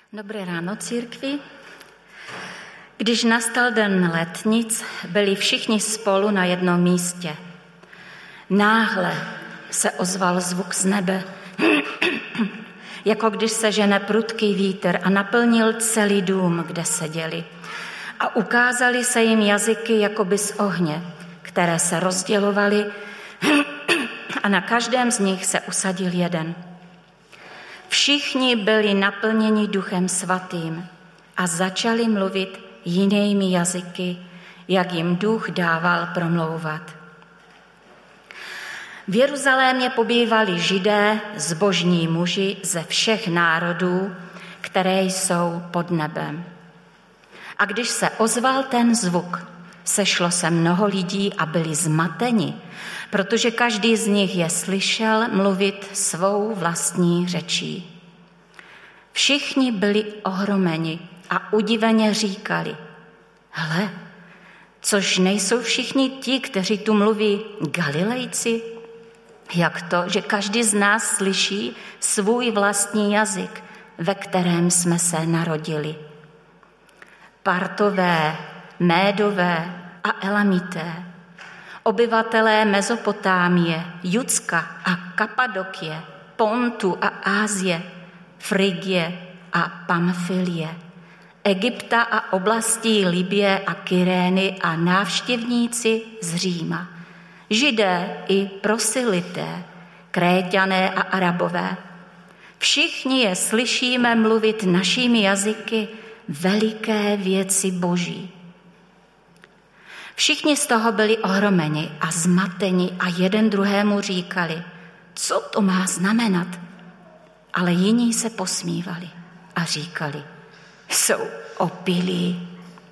Dobré ráno, církvi. Když nastal den letnic, byli všichni spolu na jednom místě. Náhle se ozval zvuk z nebe, jako když se žene prudký vítr a naplnil celý dům, kde seděli. A ukázaly se jim jazyky jakoby z ohně, které se rozdělovaly a na každém z nich se usadil jeden. Všichni byli naplněni Duchem Svatým a začali mluvit jinými jazyky, jak jim Duch dával promlouvat. V Jeruzalémě pobývali Židé, zbožní muži ze všech národů, které jsou pod nebem. A když se ozval ten zvuk, sešlo se mnoho lidí a byli zmateni, protože každý z nich je slyšel mluvit svou vlastní řečí. Všichni byli ohromeni a udiveně říkali: Hle, což nejsou všichni ti, kteří tu mluví, Galilejci? Jak to, že každý z nás slyší svůj vlastní jazyk, ve kterém jsme se narodili? Partové, Médové a Elamité, obyvatelé Mezopotámie, Judska a Kapadokie, Pontu a Ázie, Frigie a Pamfilie, Egypta a oblastí Libye a Kyrény a návštěvníci z Říma, Židé i prosilité, Kréťané a Arabové. Všichni je slyšíme mluvit našimi jazyky veliké věci Boží. Všichni z toho byli ohromeni a zmateni a jeden druhému říkali: Co to má znamenat? Ale jiní se posmívali a říkali: Jsou opilí.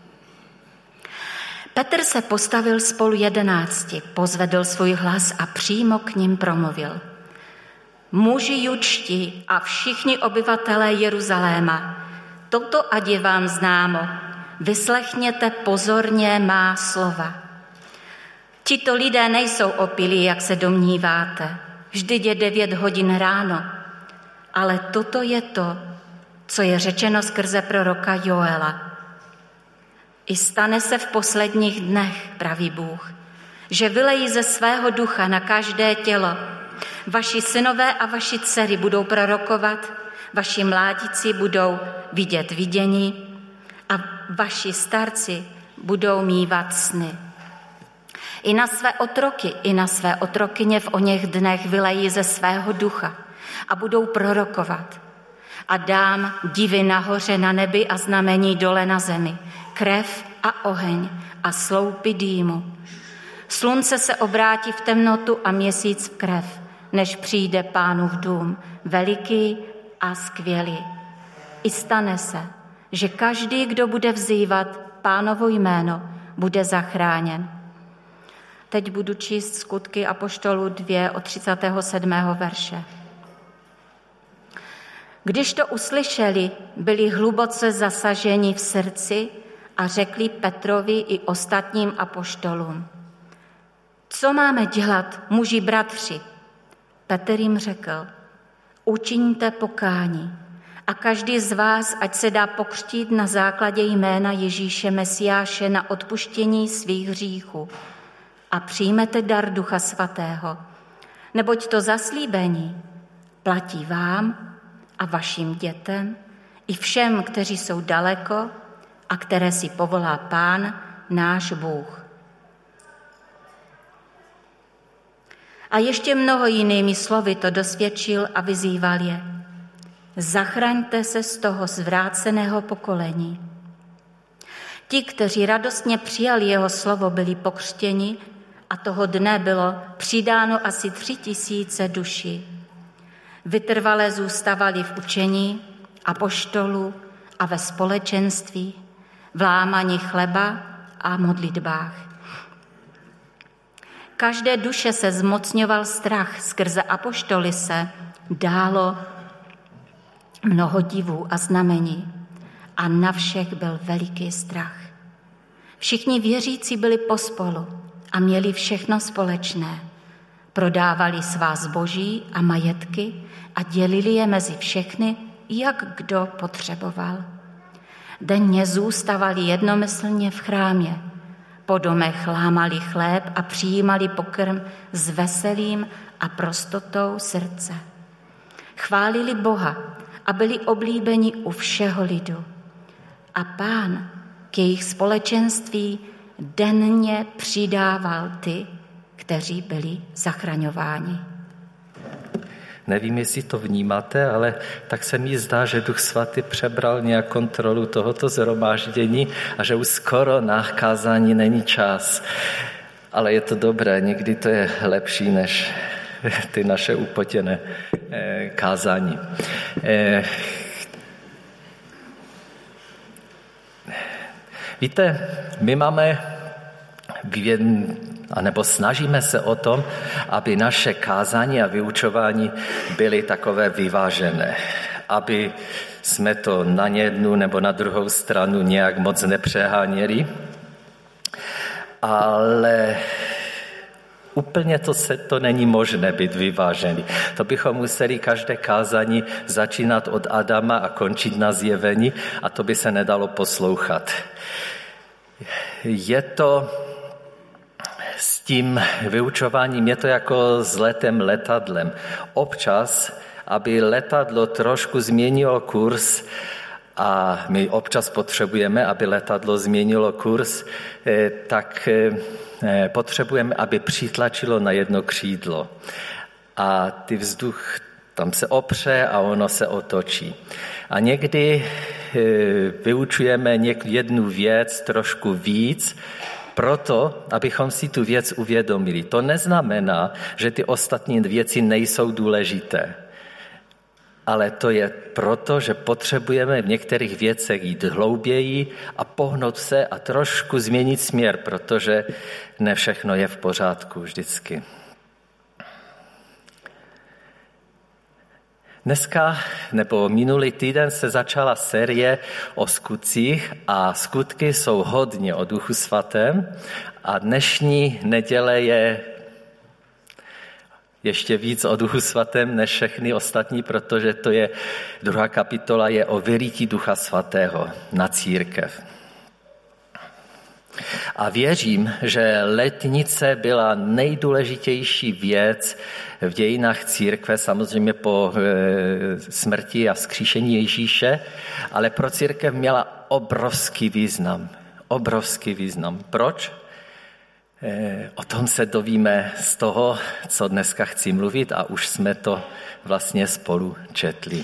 Petr se postavil spolu 11, pozvedl svůj hlas a přímo k nim promluvil: Muži judští a všichni obyvatelé Jeruzaléma, toto ať je vám známo, vyslechněte pozorně má slova. Tito lidé nejsou opilí, jak se domníváte, vždyť je 9 hodin ráno, ale toto je to, co je řečeno skrze proroka Joela. I stane se v posledních dnech, praví Bůh, že vylejí ze svého ducha na každé tělo. Vaši synové a vaši dcery budou prorokovat, vaši mládíci budou vidět vidění a vaši starci budou mívat sny. I na své otroky, i na své otrokyně v oněch dnech vylejí ze svého ducha a budou prorokovat. A dám divy nahoře na nebi a znamení dole na zemi, krev a oheň a sloupy dýmu. Slunce se obrátí v temnotu a měsíc v krev, než přijde Pánův dům, veliký a skvělý. I stane se, že každý, kdo bude vzývat Pánovo jméno, bude zachráněn. Teď budu číst Skutky apoštolů 2 od 37. verše. Když to uslyšeli, byli hluboce zasaženi v srdci a řekli Petrovi i ostatním apoštolům: Co máme dělat, muži bratři? Petr jim řekl: Učiňte pokání a každý z vás, ať se dá pokřtít na základě jména Ježíše Mesiáše na odpuštění svých hříchů a přijmete dar Ducha Svatého, neboť to zaslíbení platí vám a vašim dětem i všem, kteří jsou daleko a které si povolá Pán, náš Bůh. A ještě mnoho jinými slovy to dosvědčil a vyzýval je: Zachraňte se z toho zvráceného pokolení. Ti, kteří radostně přijali jeho slovo, byli pokřtěni a toho dne bylo přidáno asi 3000 duší. Vytrvale zůstávali v učení apoštolů a ve společenství, v lámání chleba a modlitbách. Každé duše se zmocňoval strach, skrze apoštoly se dálo mnoho divů a znamení a na všech byl veliký strach. Všichni věřící byli pospolu a měli všechno společné. Prodávali svá zboží a majetky a dělili je mezi všechny jak kdo potřeboval. Denně zůstávali jednomyslně v chrámě. Po domech lámali chléb a přijímali pokrm s veselím a prostotou srdce. Chválili Boha a byli oblíbeni u všeho lidu. A Pán k jejich společenství denně přidával ty, kteří byli zachraňováni. Nevím, jestli to vnímáte, ale tak se mi zdá, že Duch Svatý přebral nějak kontrolu tohoto shromáždění a že už skoro na kázání není čas. Ale je to dobré, někdy to je lepší než ty naše upotěné kázání. Víte, my máme anebo snažíme se o tom, aby naše kázání a vyučování byly takové vyvážené, aby jsme to na jednu nebo na druhou stranu nějak moc nepřeháněli, ale úplně to není možné být vyvážený. To bychom museli každé kázání začínat od Adama a končit na Zjevení a to by se nedalo poslouchat. Je to s tím vyučováním, je to jako s letem letadlem. Občas, aby letadlo trošku změnilo kurz, a my občas potřebujeme, aby letadlo změnilo kurz, tak potřebujeme, aby přitlačilo na jedno křídlo. A ty vzduch tam se opře a ono se otočí. A někdy vyučujeme jednu věc trošku víc, proto, abychom si tu věc uvědomili. To neznamená, že ty ostatní věci nejsou důležité. Ale to je proto, že potřebujeme v některých věcech jít hlouběji a pohnout se a trošku změnit směr, protože ne všechno je v pořádku vždycky. Dneska nebo minulý týden se začala série o skutcích a skutky jsou hodně o Duchu Svatém a dnešní neděle je ještě víc o Duchu Svatém než všechny ostatní, protože to je druhá kapitola je o vylití Ducha Svatého na církev. A věřím, že letnice byla nejdůležitější věc v dějinách církve, samozřejmě po smrti a vzkříšení Ježíše, ale pro církev měla obrovský význam. Obrovský význam. Proč? O tom se dovíme z toho, co dneska chci mluvit a už jsme to vlastně spolu četli.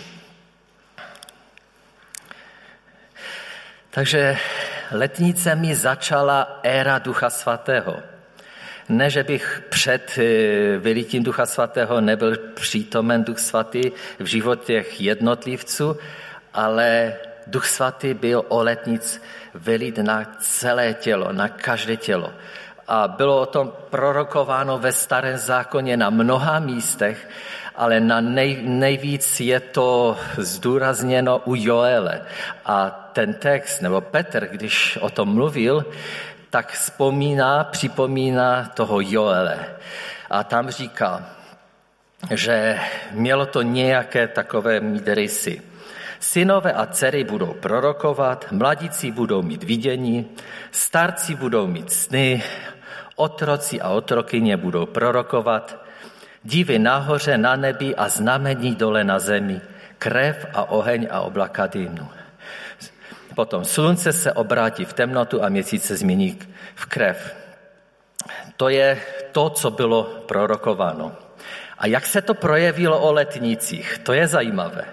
Takže letnicemi začala éra Ducha Svatého. Ne, že bych před vylitím Ducha Svatého nebyl přítomen Duch Svatý v životech jednotlivců, ale Duch Svatý byl o letnic vylit na celé tělo, na každé tělo. A bylo o tom prorokováno ve Starém zákoně na mnoha místech, ale nejvíc je to zdůrazněno u Joele. A ten text, nebo Petr, když o tom mluvil, tak připomíná toho Joele. A tam říká, že mělo to nějaké takové mít rysy. Synové a dcery budou prorokovat, mladíci budou mít vidění, starci budou mít sny, otroci a otrokyně budou prorokovat, divy nahoře na nebi a znamení dole na zemi, krev a oheň a oblaka dýmu. Potom slunce se obrátí v temnotu a měsíc se změní v krev. To je to, co bylo prorokováno. A jak se to projevilo o letnicích? To je zajímavé.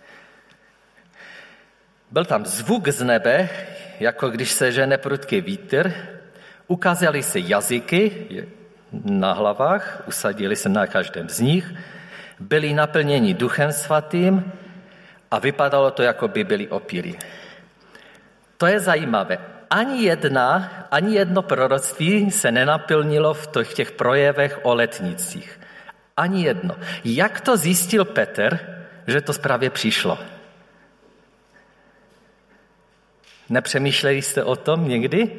Byl tam zvuk z nebe, jako když se žene prudký vítr, ukázaly se jazyky na hlavách, usadili se na každém z nich, byli naplněni Duchem Svatým a vypadalo to, jako by byli opilí. To je zajímavé. Ani jedno proroctví se nenaplnilo v těch projevech o letnicích. Ani jedno. Jak to zjistil Petr, že to právě přišlo? Nepřemýšleli jste o tom někdy?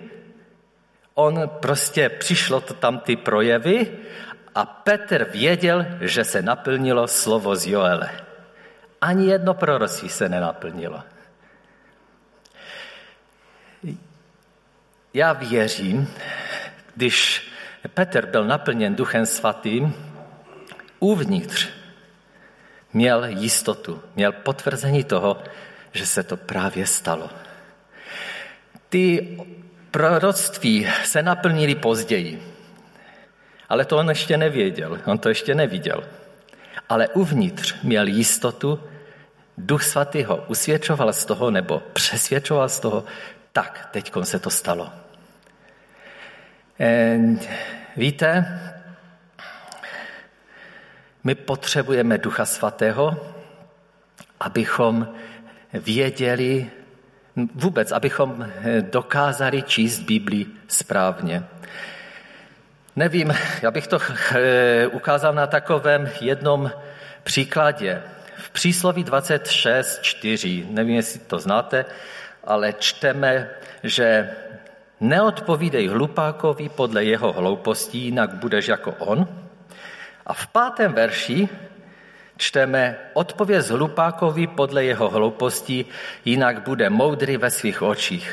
Přišlo to tam ty projevy a Petr věděl, že se naplnilo slovo z Joele. Ani jedno proroctví se nenaplnilo. Já věřím, když Petr byl naplněn Duchem Svatým, uvnitř měl jistotu, měl potvrzení toho, že se to právě stalo. Ty proroctví se naplnily později, ale to on ještě nevěděl, on to ještě neviděl. Ale uvnitř měl jistotu, Duch Svatý ho usvědčoval z toho nebo přesvědčoval z toho, tak, teďkon se to stalo. Víte, my potřebujeme Ducha Svatého, abychom věděli, vůbec, abychom dokázali číst Biblii správně. Nevím, já bych to ukázal na takovém jednom příkladě. V přísloví 26:4, nevím, jestli to znáte, ale čteme, že neodpovídej hlupákovi podle jeho hloupostí, jinak budeš jako on. A v 5. verši čteme, odpověz hlupákovi podle jeho hloupostí, jinak bude moudrý ve svých očích.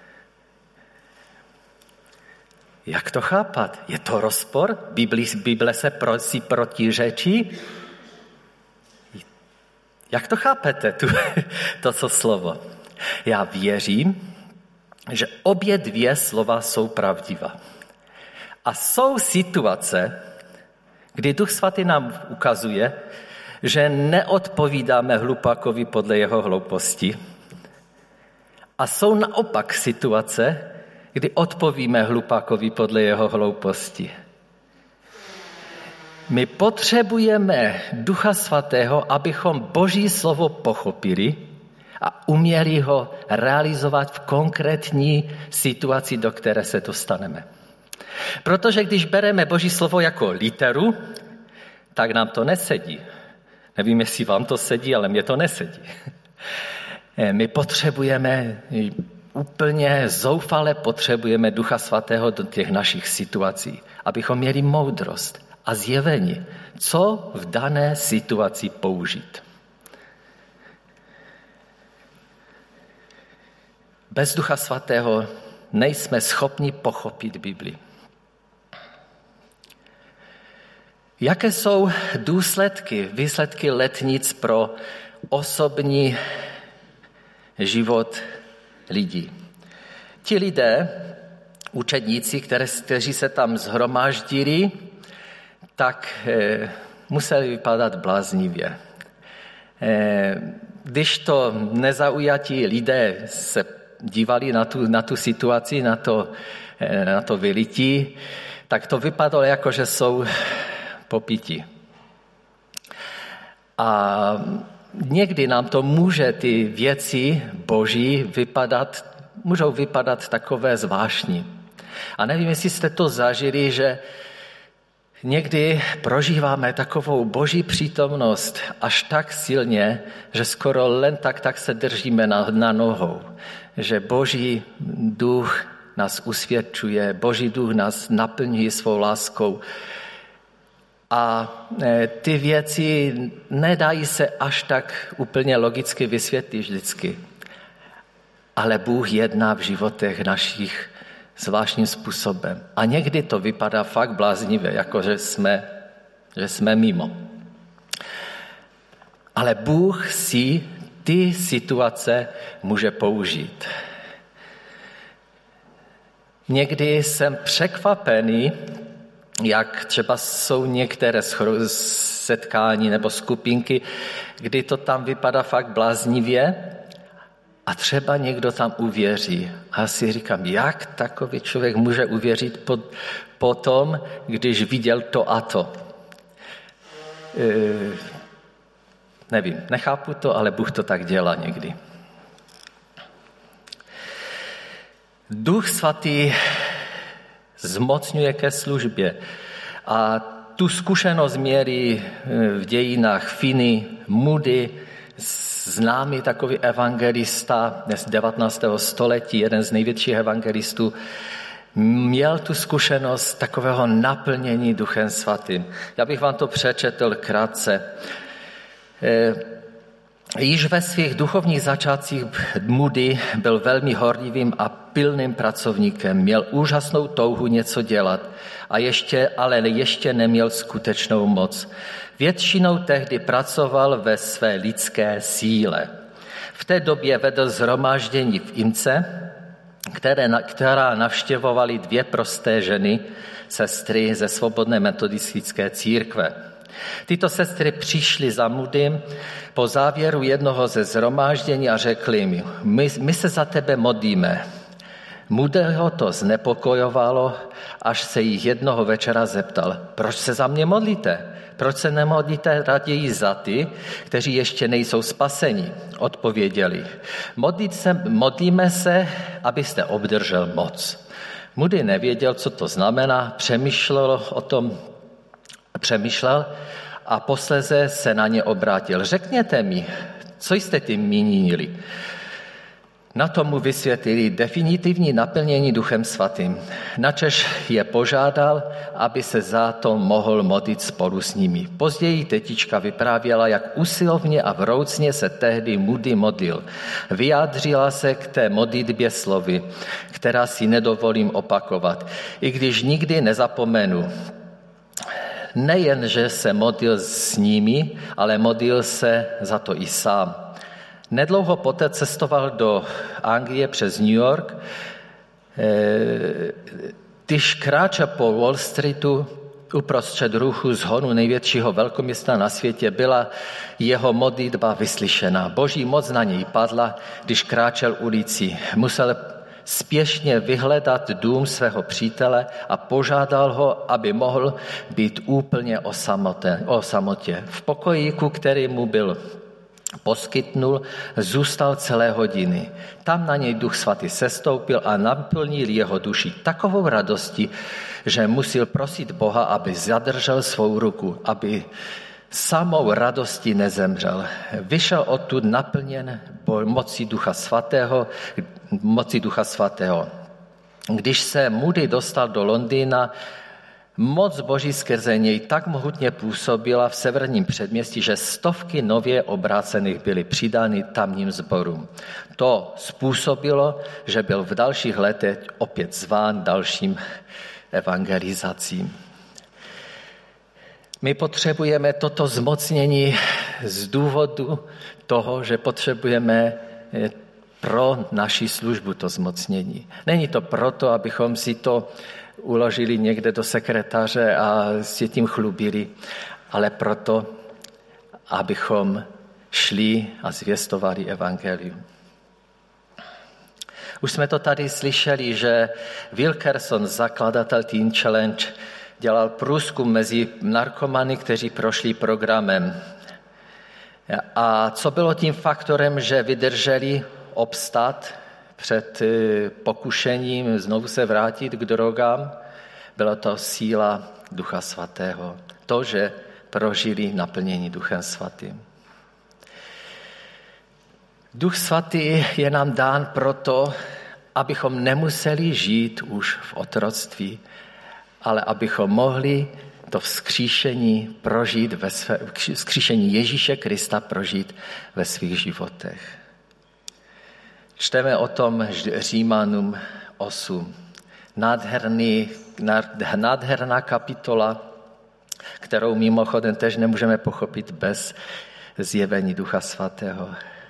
Jak to chápat? Je to rozpor? Bible se protiřečí? Jak to chápete, to slovo? Já věřím, že obě dvě slova jsou pravdivá. A jsou situace, kdy Duch Svatý nám ukazuje, že neodpovídáme hlupákovi podle jeho hlouposti. A jsou naopak situace, kdy odpovíme hlupákovi podle jeho hlouposti. My potřebujeme Ducha Svatého, abychom Boží slovo pochopili a uměli ho realizovat v konkrétní situaci, do které se dostaneme. Protože když bereme Boží slovo jako literu, tak nám to nesedí. Nevím, jestli vám to sedí, ale mně to nesedí. My potřebujeme, úplně zoufale potřebujeme Ducha Svatého do těch našich situací, abychom měli moudrost a zjevení, co v dané situaci použít. Bez Ducha Svatého nejsme schopni pochopit Bibli. Jaké jsou výsledky letnic pro osobní život lidí? Ti lidé, učedníci, kteří se tam shromáždili, tak museli vypadat bláznivě. Když to nezaujatí lidé se dívali na tu situaci, na to vylití, tak to vypadalo jako, že jsou popití. A někdy nám to může ty věci Boží můžou vypadat takové zvláštní. A nevím, jestli jste to zažili, že někdy prožíváme takovou Boží přítomnost až tak silně, že skoro len tak se držíme na nohou. Že Boží duch nás usvědčuje, Boží duch nás naplňuje svou láskou. A ty věci nedají se až tak úplně logicky vysvětlit vždycky. Ale Bůh jedná v životech našich zvláštním způsobem. A někdy to vypadá fakt bláznivě, jako že jsme mimo. Ale Bůh si ty situace může použít. Někdy jsem překvapený, jak třeba jsou některé setkání nebo skupinky, kdy to tam vypadá fakt bláznivě a třeba někdo tam uvěří. A já si říkám, jak takový člověk může uvěřit potom, když viděl to a to. Nevím, nechápu to, ale Bůh to tak dělá někdy. Duch Svatý zmocňuje ke službě. A tu zkušenost měli v dějinách Finney Moody, známý takový evangelista z 19. století, jeden z největších evangelistů, měl tu zkušenost takového naplnění Duchem Svatým. Já bych vám to přečetl krátce. Již ve svých duchovních začátcích Moody byl velmi horlivým a pilným pracovníkem. Měl úžasnou touhu něco dělat, ale ještě neměl skutečnou moc. Většinou tehdy pracoval ve své lidské síle. V té době vedl shromáždění v Imce, která navštěvovaly 2 prosté ženy, sestry ze Svobodné metodistické církve. Tyto sestry přišly za Moodym po závěru jednoho ze shromáždění a řekli mi, my se za tebe modlíme. Moodyho to znepokojovalo, až se jich jednoho večera zeptal, proč se za mě modlíte? Proč se nemodlíte raději za ty, kteří ještě nejsou spaseni? Odpověděli, modlíme se, abyste obdržel moc. Moody nevěděl, co to znamená, přemýšlel a posléze se na ně obrátil. Řekněte mi, co jste tím mínili? Na to mu vysvětlili definitivní naplnění Duchem Svatým. Načež je požádal, aby se za to mohl modlit spolu s nimi. Později tetička vyprávěla, jak usilovně a vroucně se tehdy Moody modlil. Vyjádřila se k té modlitbě slovy, která si nedovolím opakovat, i když nikdy nezapomenu. Nejen, že se modlil s nimi, ale modlil se za to i sám. Nedlouho poté cestoval do Anglie přes New York. Když kráčel po Wall Streetu uprostřed ruchu zhonu největšího velkoměsta na světě, byla jeho modlitba vyslyšena. Boží moc na něj padla, když kráčel ulici. Musel spěšně vyhledat dům svého přítele a požádal ho, aby mohl být úplně o samotě. V pokojíku, který mu byl poskytnul, zůstal celé hodiny. Tam na něj Duch Svatý sestoupil a naplnil jeho duši takovou radostí, že musel prosit Boha, aby zadržel svou ruku, aby samou radostí nezemřel. Vyšel odtud naplněn mocí Ducha Svatého. Když se Moody dostal do Londýna, moc Boží skrze něj tak mohutně působila v severním předměstí, že stovky nově obrácených byly přidány tamním sborům. To způsobilo, že byl v dalších letech opět zván dalším evangelizacím. My potřebujeme toto zmocnění z důvodu toho, že potřebujeme pro naši službu to zmocnění. Není to proto, abychom si to uložili někde do sekretáře a si tím chlubili, ale proto, abychom šli a zvěstovali evangelium. Už jsme to tady slyšeli, že Wilkerson, zakladatel Teen Challenge, dělal průzkum mezi narkomany, kteří prošli programem. A co bylo tím faktorem, že vydrželi obstát před pokušením znovu se vrátit k drogám? Byla to síla Ducha Svatého. To, že prožili naplnění Duchem Svatým. Duch Svatý je nám dán proto, abychom nemuseli žít už v otroctví, ale abychom mohli to vzkříšení prožít, vzkříšení Ježíše Krista prožít ve svých životech. Čteme o tom Římanům 8. Nádherná kapitola, kterou mimochodem tež nemůžeme pochopit bez zjevení Ducha Svatého.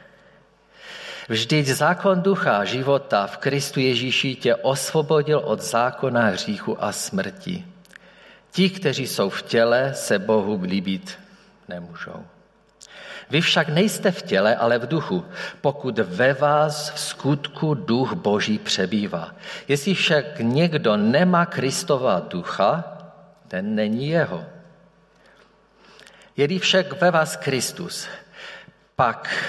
Vždyť zákon ducha života v Kristu Ježíši tě osvobodil od zákona hříchu a smrti. Ti, kteří jsou v těle, se Bohu líbit nemůžou. Vy však nejste v těle, ale v duchu, pokud ve vás v skutku duch Boží přebývá. Jestli však někdo nemá Kristova ducha, ten není jeho. Je-li však ve vás Kristus, pak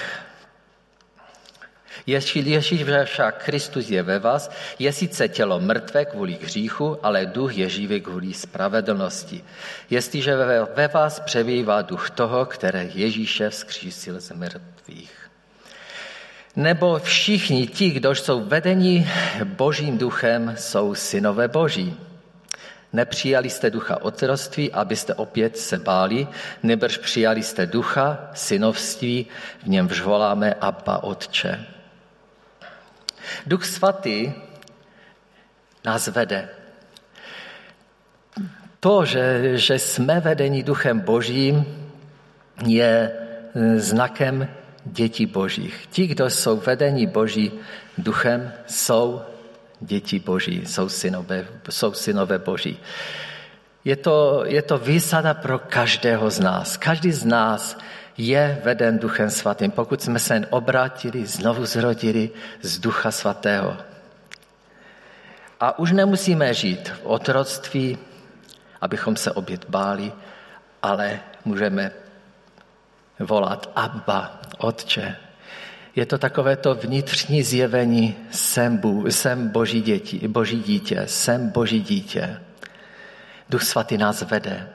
jestliže však Kristus je ve vás, je sice tělo mrtvé kvůli hříchu, ale duch je živý kvůli spravedlnosti. Jestliže ve vás přebývá duch toho, které Ježíše vzkřísil z mrtvých. Nebo všichni ti, kdo jsou vedeni Božím duchem, jsou synové Boží. Nepřijali jste ducha otroctví, abyste opět se báli, nýbrž přijali jste ducha synovství, v němž voláme Abba, Otče. Duch svatý nás vede. To, že jsme vedeni Duchem Božím, je znakem dětí Božích. Ti, kdo jsou vedeni Boží Duchem, jsou děti Boží, jsou synové Boží. Je to výsada pro každého z nás. Každý z nás je veden Duchem Svatým, pokud jsme se obrátili, znovu zrodili z Ducha Svatého. A už nemusíme žít v otroctví, abychom se opět báli, ale můžeme volat Abba, Otče. Je to takové to vnitřní zjevení, jsem Boží dítě, jsem Boží dítě. Duch Svatý nás vede.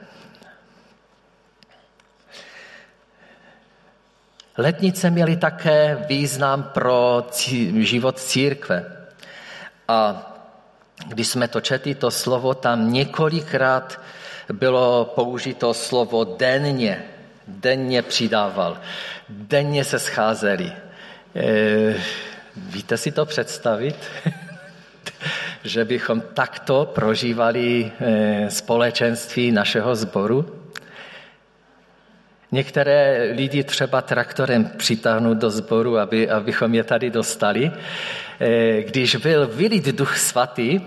Letnice měly také význam pro život církve. A když jsme to četli, to slovo, tam několikrát bylo použito slovo denně. Denně přidával. Denně se scházeli. Víte si to představit? Že bychom takto prožívali společenství našeho sboru? Některé lidi třeba traktorem přitáhnout do sboru, abychom je tady dostali. Když byl vylít Duch Svatý,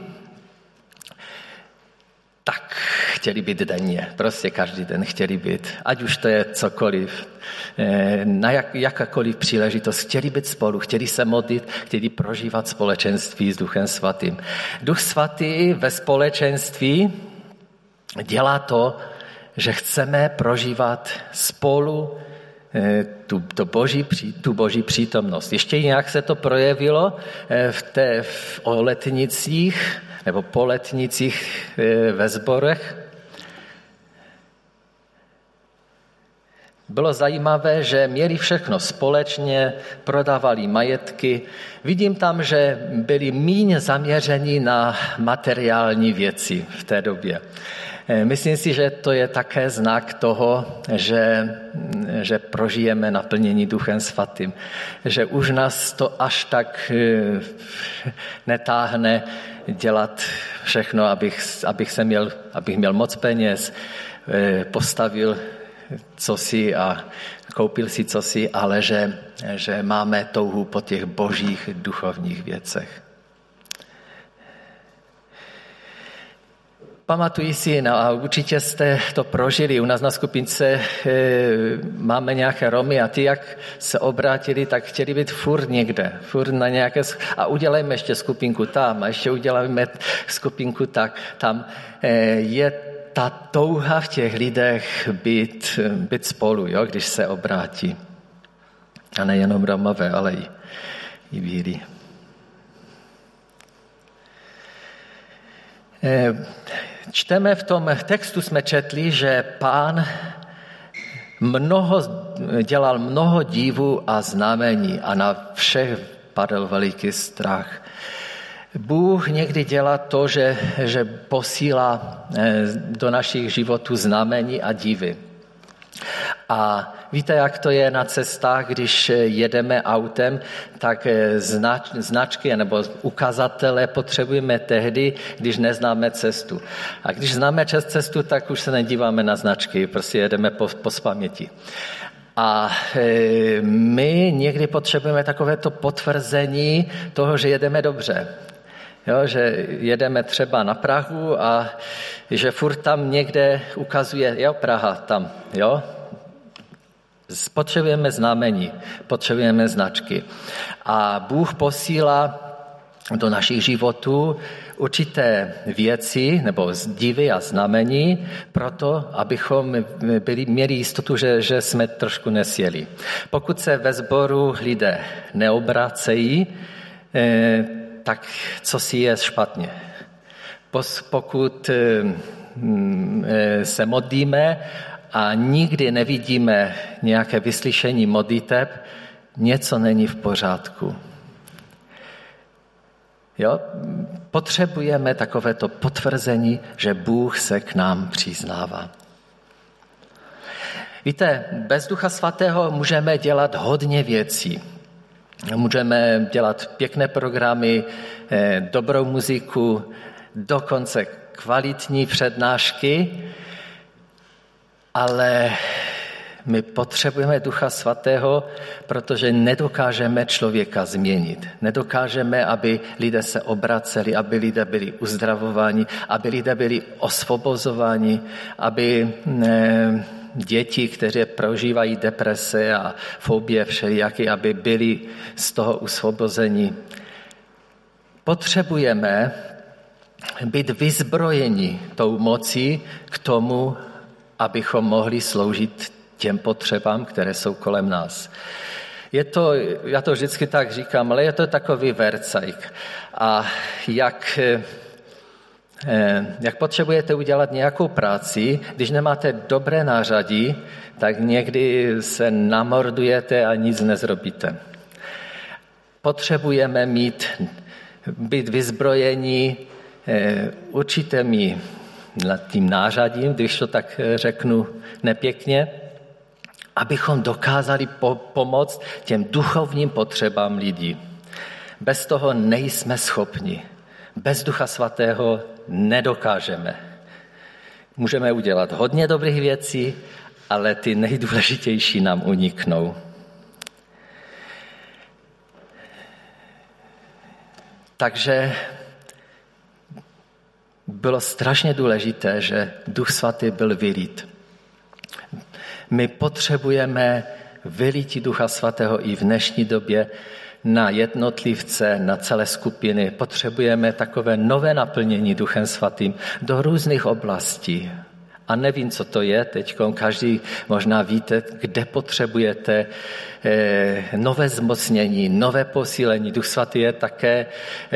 tak chtěli být denně. Prostě každý den chtěli být. Ať už to je cokoliv. Na jakákoliv příležitost. Chtěli být spolu, chtěli se modlit, chtěli prožívat společenství s Duchem Svatým. Duch Svatý ve společenství dělá to, že chceme prožívat spolu tu boží přítomnost. Ještě nějak se to projevilo o letnicích nebo po letnicích ve sborech. Bylo zajímavé, že měli všechno společně, prodávali majetky. Vidím tam, že byli méně zaměřeni na materiální věci v té době. Myslím si, že to je také znak toho, že prožijeme naplnění Duchem Svatým. Že už nás to až tak netáhne dělat všechno, abych měl moc peněz, postavil cosi a koupil si cosi, ale že máme touhu po těch božích duchovních věcech. Pamatuji si, a určitě jste to prožili, u nás na skupince máme nějaké Romy a ty, jak se obrátili, tak chtěli být furt někde, furt na nějaké, a udělejme ještě skupinku tam, a ještě uděláme skupinku tak, tam je ta touha v těch lidech být spolu, jo, když se obrátí. A nejenom Romové, ale i bílí. Čteme v tom textu, jsme četli, že Pán dělal mnoho divů a znamení a na všech padl veliký strach. Bůh někdy dělá to, že posílá do našich životů znamení a divy. A víte, jak to je na cestách, když jedeme autem, tak značky nebo ukazatele potřebujeme tehdy, když neznáme cestu. A když známe cestu, tak už se nedíváme na značky, prostě jedeme po paměti. A my někdy potřebujeme takovéto potvrzení toho, že jedeme dobře. Jo, že jedeme třeba na Prahu a že furt tam někde ukazuje, jo, Praha tam, jo. Potřebujeme znamení, potřebujeme značky. A Bůh posílá do našich životů určité věci nebo divy a znamení proto, abychom měli jistotu, že jsme trošku nesjeli. Pokud se ve sboru lidé neobracejí, tak co si je špatně. Pokud se modlíme a nikdy nevidíme nějaké vyslyšení modliteb, něco není v pořádku. Jo? Potřebujeme takovéto potvrzení, že Bůh se k nám přiznává. Víte, bez Ducha Svatého můžeme dělat hodně věcí. Můžeme dělat pěkné programy, dobrou muziku, dokonce kvalitní přednášky, ale my potřebujeme Ducha Svatého, protože nedokážeme člověka změnit. Nedokážeme, aby lidé se obraceli, aby lidé byli uzdravováni, aby lidé byli osvobozováni, aby děti, které prožívají deprese a fobie všelijaké, aby byli z toho usvobozeni. Potřebujeme být vyzbrojeni tou mocí k tomu, abychom mohli sloužit těm potřebám, které jsou kolem nás. Já to vždycky tak říkám, ale je to takový vercajk. A jak potřebujete udělat nějakou práci, když nemáte dobré nářadí, tak někdy se namordujete a nic nezrobíte. Potřebujeme být vyzbrojeni určitými tím nářadím, když to tak řeknu nepěkně, abychom dokázali pomoct těm duchovním potřebám lidí. Bez toho nejsme schopni. Bez Ducha Svatého nedokážeme. Můžeme udělat hodně dobrých věcí, ale ty nejdůležitější nám uniknou. Takže bylo strašně důležité, že Duch Svatý byl vylít. My potřebujeme vylití Ducha Svatého i v dnešní době na jednotlivce, na celé skupiny. Potřebujeme takové nové naplnění Duchem Svatým do různých oblastí. A nevím, co to je teď. Každý možná víte, kde potřebujete nové zmocnění, nové posílení. Duch Svatý je také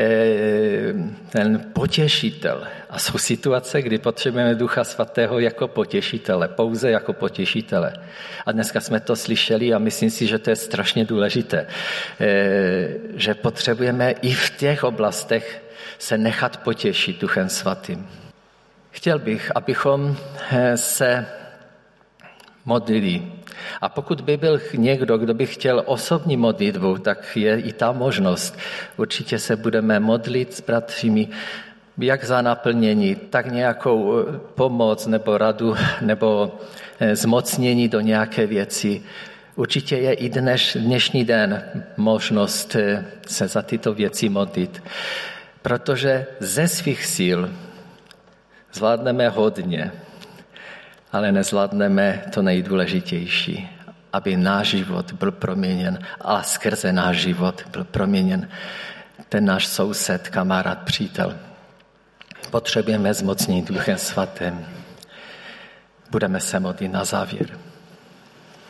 ten potěšitel. A jsou situace, kdy potřebujeme Ducha Svatého jako potěšitele, pouze jako potěšitele. A dneska jsme to slyšeli a myslím si, že to je strašně důležité, že potřebujeme i v těch oblastech se nechat potěšit Duchem Svatým. Chtěl bych, abychom se modlili. A pokud by byl někdo, kdo by chtěl osobní modlitbu, tak je i ta možnost. Určitě se budeme modlit s bratřími, jak za naplnění, tak nějakou pomoc nebo radu nebo zmocnění do nějaké věci. Určitě je i dnešní den možnost se za tyto věci modlit. Protože ze svých sil zvládneme hodně, ale nezvládneme to nejdůležitější, aby náš život byl proměněn a skrze náš život byl proměněn ten náš soused, kamarád, přítel. Potřebujeme zmocnění Duchem Svatým. Budeme se modlit na závěr.